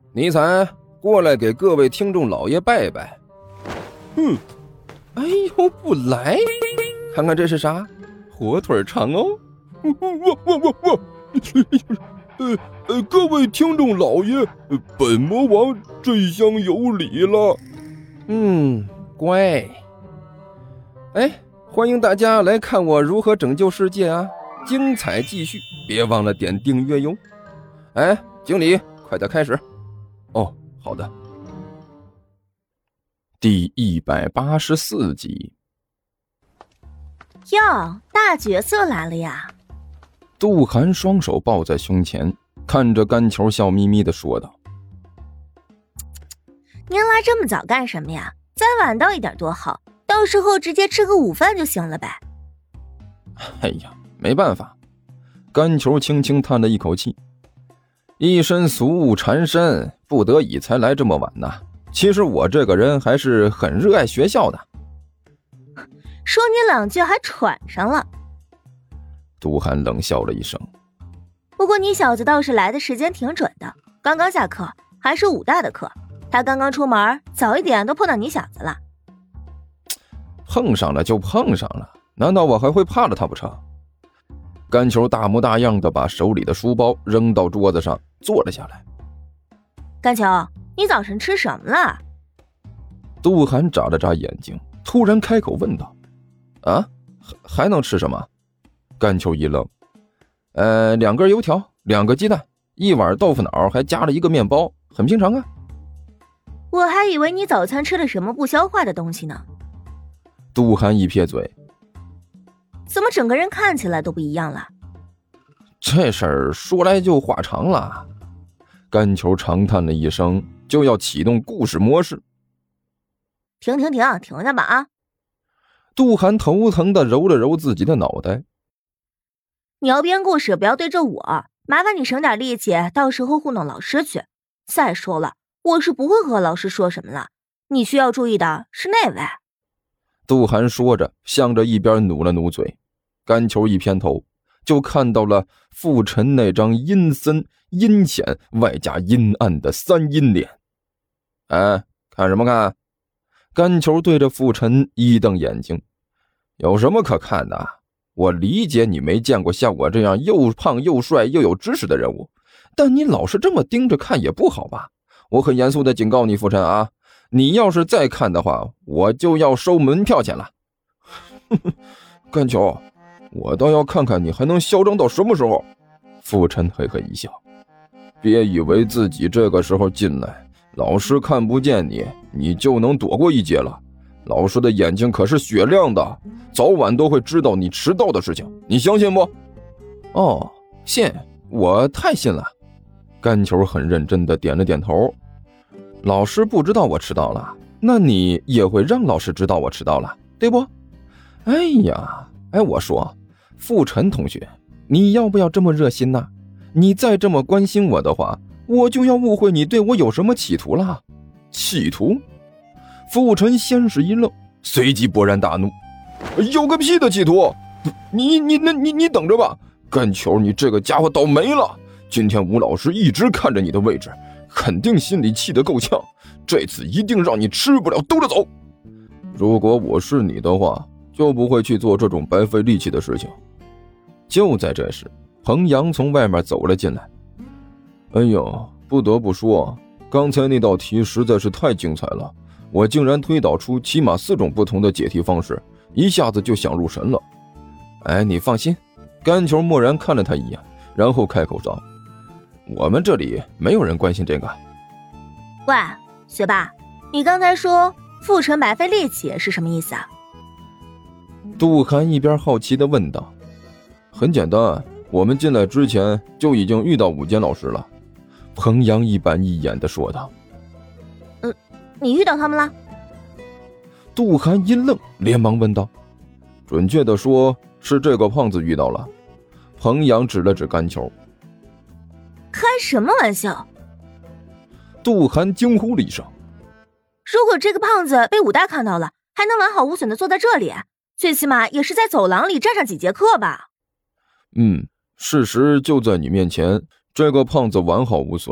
尼采过来给各位听众老爷拜拜。哎呦，不来，看看这是啥？火腿肠哦。 各位听众老爷，本魔王这厢有礼了。 乖。哎，欢迎大家来看我如何拯救世界啊！精彩继续，别忘了点订阅哟。哎，经理，快点开始。哦，好的。第184集。 哟，大角色来了呀！ 杜涵双手抱在胸前，看着甘球笑眯眯地说道： 您来这么早干什么呀？再晚到一点多好，到时候直接吃个午饭就行了呗。 哎呀，没办法。甘球轻轻叹了一口气，一身俗务缠身，不得已才来这么晚呢。其实我这个人还是很热爱学校的。 说你两句还喘上了。 杜涵冷笑了一声。 不过你小子倒是来的时间挺准的，刚刚下课，还是武大的课，他刚刚出门，早一点都碰到你小子了。 碰上了就碰上了，难道我还会怕了他不成？甘球大模大样的把手里的书包扔到桌子上，坐了下来。 甘球，你早晨吃什么了？ 杜涵眨了眨眼睛，突然开口问道：啊，还能吃什么？甘球一愣，2根油条，2个鸡蛋，1碗豆腐脑，还加了1个面包，很平常啊。 我还以为你早餐吃了什么不消化的东西呢。 杜涵一撇嘴， 怎么整个人看起来都不一样了？ 这事儿说来就话长了。甘球长叹了一声，就要启动故事模式。 停下吧啊！ 杜涵头疼地揉了揉自己的脑袋。 你要编故事不要对着我，麻烦你省点力气，到时候糊弄老师去。再说了，我是不会和老师说什么了，你需要注意的是那位。 杜涵说着，向着一边努了努嘴。甘球一偏头，就看到了傅晨那张阴森、阴险外加阴暗的3阴脸。哎，看什么看？甘球对着傅晨一瞪眼睛。有什么可看的？我理解你没见过像我这样又胖又帅又有知识的人物，但你老是这么盯着看也不好吧？我很严肃地警告你，傅晨啊，你要是再看的话，我就要收门票钱了。甘球，我倒要看看你还能嚣张到什么时候。傅晨嘿嘿一笑，别以为自己这个时候进来，老师看不见你，你就能躲过一劫了。老师的眼睛可是雪亮的，早晚都会知道你迟到的事情，你相信不？哦，信，我太信了。甘球很认真地点了点头。老师不知道我迟到了，那你也会让老师知道我迟到了，对不？哎呀，我说，傅晨同学，你要不要这么热心呢？你再这么关心我的话，我就要误会你对我有什么企图了。企图？傅晨先是一愣，随即勃然大怒：有个屁的企图！你等着吧，甘球，你这个家伙倒霉了！今天吴老师一直看着你的位置，肯定心里气得够呛，这次一定让你吃不了兜着走。如果我是你的话，就不会去做这种白费力气的事情。就在这时，彭阳从外面走了进来。哎呦，不得不说，刚才那道题实在是太精彩了，我竟然推导出起码4种不同的解题方式，一下子就想入神了。哎，你放心。甘球默然看了他一眼，然后开口道：我们这里没有人关心这个。 喂，学霸，你刚才说傅晨白费力气是什么意思啊？ 杜涵一边好奇地问道。很简单，我们进来之前就已经遇到5间老师了。彭阳一板一眼地说道。 你遇到他们了？ 杜涵一愣，连忙问道。准确地说，是这个胖子遇到了。彭阳指了指甘球。 开什么玩笑？ 杜涵惊呼了一声。 如果这个胖子被武大看到了，还能完好无损地坐在这里，最起码也是在走廊里站上几节课吧。 事实就在你面前，这个胖子完好无损，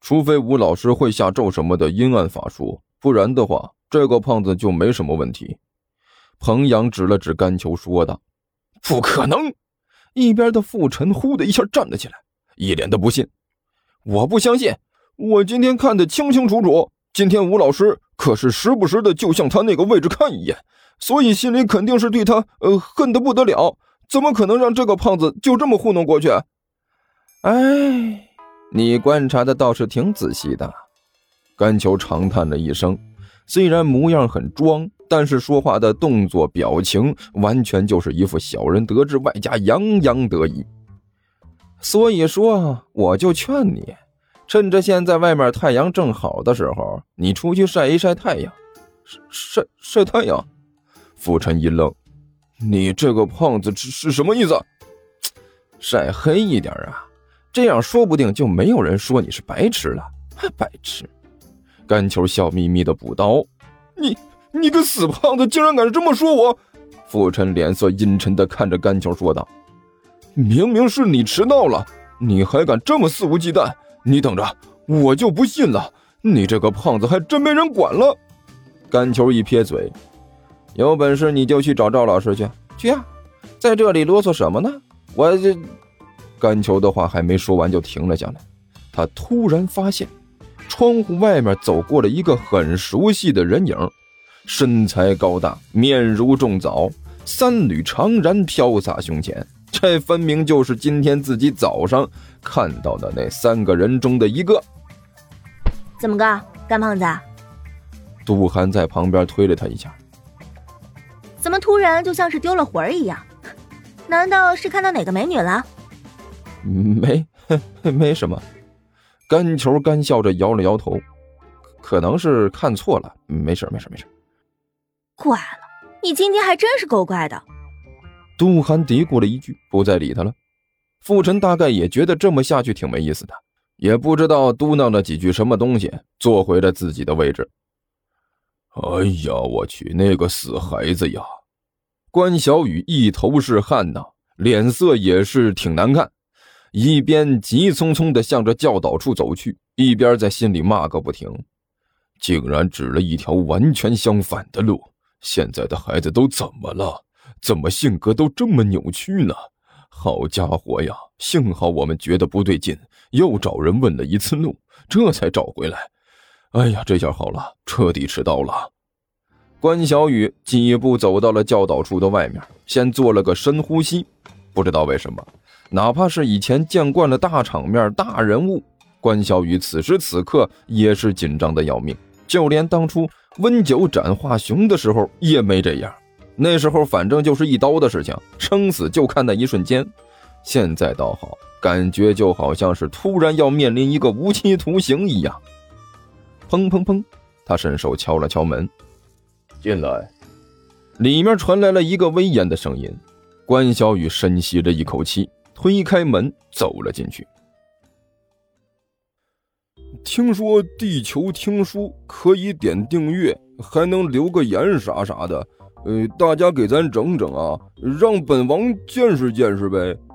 除非吴老师会下咒什么的阴暗法术，不然的话这个胖子就没什么问题。彭阳指了指甘球说道。不可能！一边的傅晨呼的一下站了起来，一脸的不信。我不相信，我今天看得清清楚楚，今天吴老师可是时不时的就向他那个位置看一眼，所以心里肯定是对他恨得不得了，怎么可能让这个胖子就这么糊弄过去？哎，你观察的倒是挺仔细的。甘球长叹了一声，虽然模样很装，但是说话的动作表情完全就是一副小人得志外加洋洋得意。所以说我就劝你，趁着现在外面太阳正好的时候，你出去晒一晒太阳。晒太阳？傅晨一愣，你这个胖子是什么意思？晒黑一点啊，这样说不定就没有人说你是白痴了。还白痴？甘球笑眯眯的补刀。你个死胖子竟然敢这么说我！傅晨脸色阴沉的看着甘球说道。明明是你迟到了，你还敢这么肆无忌惮，你等着，我就不信了，你这个胖子还真没人管了。甘球一撇嘴，有本事你就去找赵老师去啊，在这里啰嗦什么呢？甘球的话还没说完就停了下来，他突然发现窗户外面走过了一个很熟悉的人影，身材高大，面如重枣，三缕长髯飘洒胸前，这分明就是今天自己早上看到的那3个人中的一个。 怎么个干胖子？ 杜涵在旁边推了他一下。 怎么突然就像是丢了魂一样？难道是看到哪个美女了？ 没什么。甘球干笑着摇了摇头，可能是看错了，没事。 怪了，你今天还真是够怪的。 杜涵嘀咕了一句，不再理他了。傅晨大概也觉得这么下去挺没意思的，也不知道嘟囔了几句什么东西，坐回了自己的位置。 哎呀，我去，那个死孩子呀！ 关小雨一头是汗呐，脸色也是挺难看，一边急匆匆地向着教导处走去，一边在心里骂个不停。 竟然指了一条完全相反的路，现在的孩子都怎么了？怎么性格都这么扭曲呢？好家伙呀，幸好我们觉得不对劲，又找人问了一次路，这才找回来。哎呀，这下好了，彻底迟到了。 关小雨几步走到了教导处的外面，先做了个深呼吸。不知道为什么，哪怕是以前见惯了大场面大人物，关小雨此时此刻也是紧张的要命，就连当初温酒斩华雄的时候也没这样。那时候反正就是一刀的事情，生死就看那一瞬间。现在倒好，感觉就好像是突然要面临一个无期徒刑一样。砰砰砰，他伸手敲了敲门。 进来。 里面传来了一个威严的声音。关小雨深吸着一口气，推开门走了进去。 听说地球听书可以点订阅，还能留个言啥的，大家给咱整整啊，让本王见识见识呗。